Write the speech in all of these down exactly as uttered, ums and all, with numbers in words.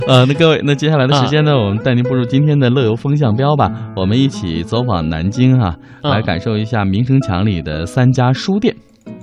呃，那各位，那接下来的时间呢，啊、我们带您步入今天的乐游风向标吧。我们一起走访南京哈、啊，来感受一下明城墙里的三家书店。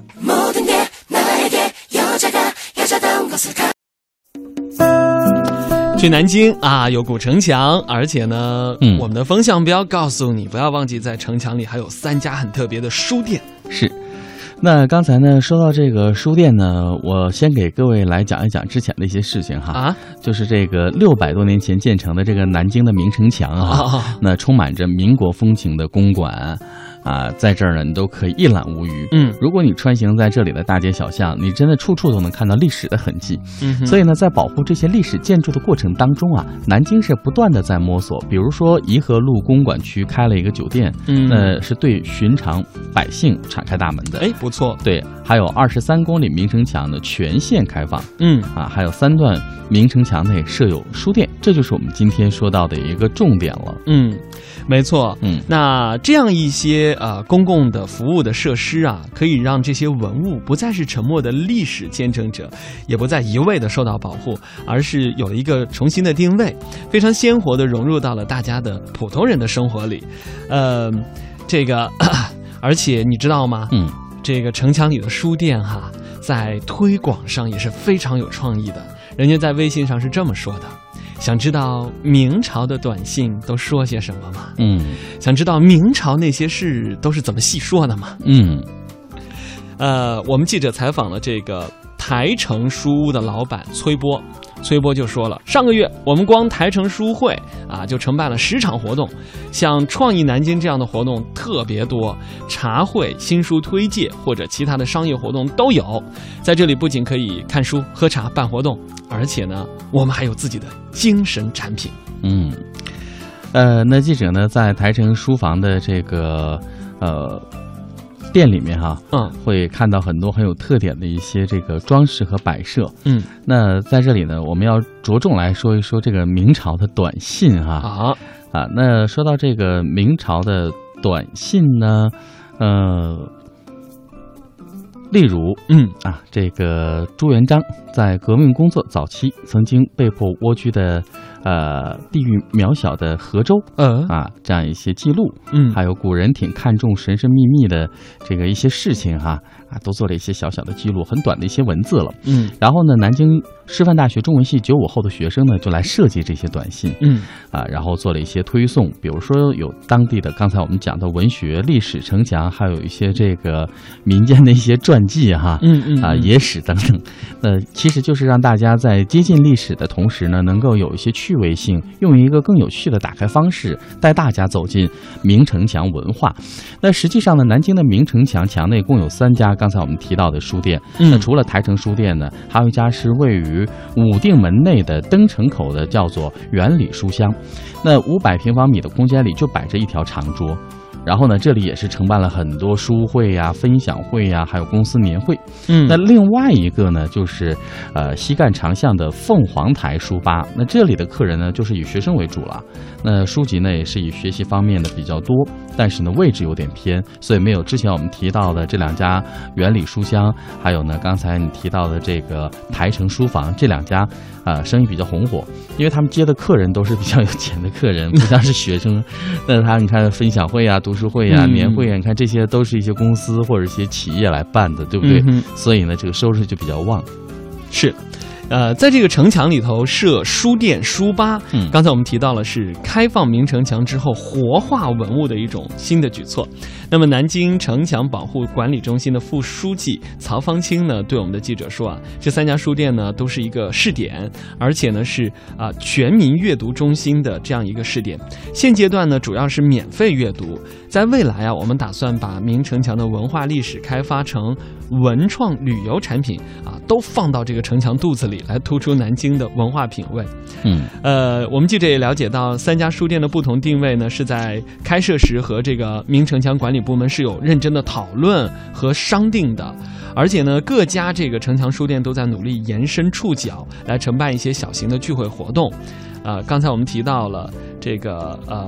去南京啊，有古城墙，而且呢，嗯，我们的风向标告诉你，不要忘记在城墙里还有三家很特别的书店。 是。那刚才呢，说到这个书店呢，我先给各位来讲一讲之前的一些事情哈。啊，就是这个六百多年前建成的这个南京的明城墙啊，啊那充满着民国风情的公馆啊，在这儿呢，你都可以一览无余。嗯，如果你穿行在这里的大街小巷，你真的处处都能看到历史的痕迹。嗯，所以呢，在保护这些历史建筑的过程当中啊，南京是不断的在摸索。比如说，颐和路公馆区开了一个酒店，嗯，呃，是对寻常百姓敞开大门的。 哎，不错。 对，还有二十三公里明城墙的全线开放。 嗯， 啊，还有三段明城墙内设有书店，这就是我们今天说到的一个重点了。 嗯，没错。嗯，那这样一些呃公共的服务的设施啊，可以让这些文物不再是沉默的历史见证者，也不再一味的受到保护，而是有了一个重新的定位，非常鲜活的融入到了大家的普通人的生活里。呃，这个，而且你知道吗？嗯。这个城墙里的书店哈，在推广上也是非常有创意的。人家在微信上是这么说的：想知道明朝的短信都说些什么吗？嗯，想知道明朝那些事都是怎么细说的吗？ 嗯， 呃，我们记者采访了这个台城书屋的老板崔波。崔波就说了，上个月我们光台城书会啊就承办了十场活动，像创意南京这样的活动特别多，茶会、新书推介或者其他的商业活动都有。在这里不仅可以看书、喝茶、办活动，而且呢，我们还有自己的精神产品。 嗯，呃，那记者呢在台城书房的这个呃。店里面哈，嗯，会看到很多很有特点的一些这个装饰和摆设，嗯，那在这里呢，我们要着重来说一说这个明朝的短信哈，啊啊，那说到这个明朝的短信呢，呃，例如，嗯啊，这个朱元璋在革命工作早期曾经被迫蜗居的。呃，地域渺小的河州，呃啊，这样一些记录，嗯，还有古人挺看重神神秘秘的这个一些事情哈，啊，都做了一些小小的记录，很短的一些文字了，嗯，然后呢，南京师范大学中文系九五后的学生呢，就来设计这些短信，嗯，啊，然后做了一些推送，比如说有当地的刚才我们讲的文学、历史、城墙，还有一些这个民间的一些传记哈，嗯嗯，啊，野史等等，呃，其实就是让大家在接近历史的同时呢，能够有一些趣味性，用一个更有趣的打开方式带大家走进明城墙文化。那实际上呢，南京的明城墙墙内共有三家刚才我们提到的书店，嗯，那除了台城书店呢，还有一家是位于武定门内的登城口的，叫做园里书香。那五百平方米的空间里就摆着一条长桌，然后呢，这里也是承办了很多书会呀、分享会呀，还有公司年会。嗯，那另外一个呢，就是呃西干长巷的凤凰台书吧。那这里的客人呢，就是以学生为主了。那书籍呢，也是以学习方面的比较多，但是呢，位置有点偏，所以没有之前我们提到的这两家园里书香，还有呢，刚才你提到的这个台城书房这两家，呃，生意比较红火，因为他们接的客人都是比较有钱的客人，不像是学生。那他你看分享会啊、读书会啊、年会啊，你看这些都是一些公司或者一些企业来办的，对不对？嗯，所以呢，这个收入就比较旺。 是。呃，在这个城墙里头设书店、书吧，嗯，刚才我们提到了是开放明城墙之后活化文物的一种新的举措。那么，南京城墙保护管理中心的副书记曹方清呢，对我们的记者说啊，这三家书店呢都是一个试点，而且呢是啊、呃、全民阅读中心的这样一个试点。现阶段呢主要是免费阅读，在未来啊，我们打算把明城墙的文化历史开发成文创旅游产品啊，都放到这个城墙肚子里。来突出南京的文化品味。嗯，呃，我们记者也了解到，三家书店的不同定位呢，是在开设时和这个明城墙管理部门是有认真的讨论和商定的，而且呢，各家这个城墙书店都在努力延伸触角，来承办一些小型的聚会活动。呃，刚才我们提到了这个呃。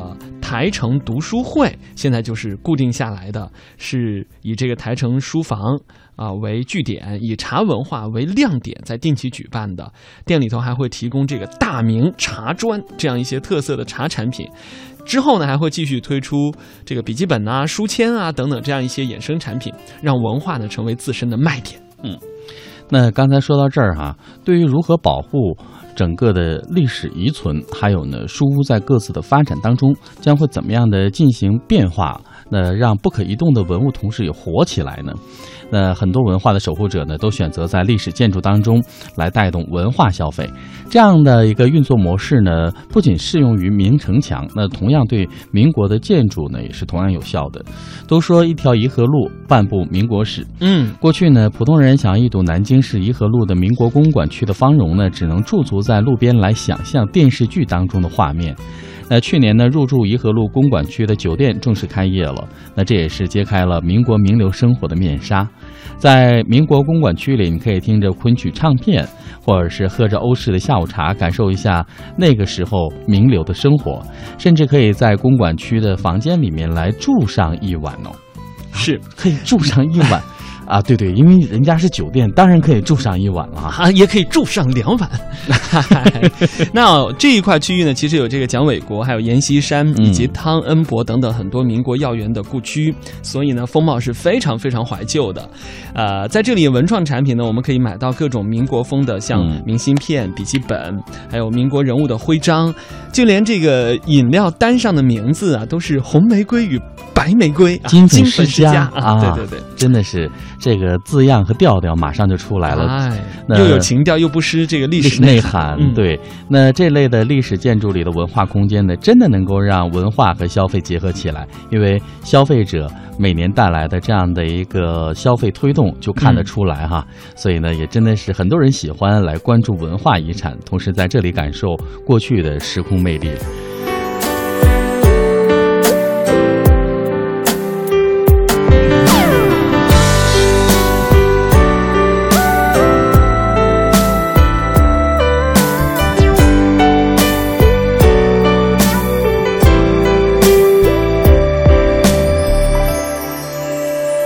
台城读书会，现在就是固定下来的，是以这个台城书房啊为据点，以茶文化为亮点，在定期举办的。店里头还会提供这个大明茶砖这样一些特色的茶产品。之后呢，还会继续推出这个笔记本啊、书签啊等等这样一些衍生产品，让文化呢成为自身的卖点。 嗯，那刚才说到这儿哈，对于如何保护整个的历史遗存，还有呢书屋在各自的发展当中将会怎么样的进行变化，那让不可移动的文物同时也活起来呢？那很多文化的守护者呢，都选择在历史建筑当中来带动文化消费。这样的一个运作模式呢，不仅适用于明城墙，那同样对民国的建筑呢，也是同样有效的。都说一条颐和路，半部民国史。 嗯， 过去呢，普通人想一睹南京市颐和路的民国公馆区的芳容呢，只能驻足在路边来想象电视剧当中的画面。那去年呢，入驻颐和路公馆区的酒店正式开业了，那这也是揭开了民国名流生活的面纱。在民国公馆区里，你可以听着昆曲唱片，或者是喝着欧式的下午茶，感受一下那个时候名流的生活，甚至可以在公馆区的房间里面来住上一晚哦。 是可以住上一晚啊，对对，因为人家是酒店，当然可以住上一晚了啊，也可以住上两晚。那这一块区域呢，其实有这个蒋纬国，还有阎锡山以及汤恩伯等等很多民国要员的故居，所以呢，风貌是非常非常怀旧的。呃，在这里文创产品呢，我们可以买到各种民国风的，像明信片、笔记本，还有民国人物的徽章，就连这个饮料单上的名字啊，都是红玫瑰与白玫瑰， 金粉世家啊，对对对， 真的是这个字样和调调马上就出来了， 哎，又有情调，又不失这个历史内涵。嗯、对，那这类的历史建筑里的文化空间呢，真的能够让文化和消费结合起来，因为消费者每年带来的这样的一个消费推动就看得出来哈，嗯、所以呢，也真的是很多人喜欢来关注文化遗产，同时在这里感受过去的时空魅力。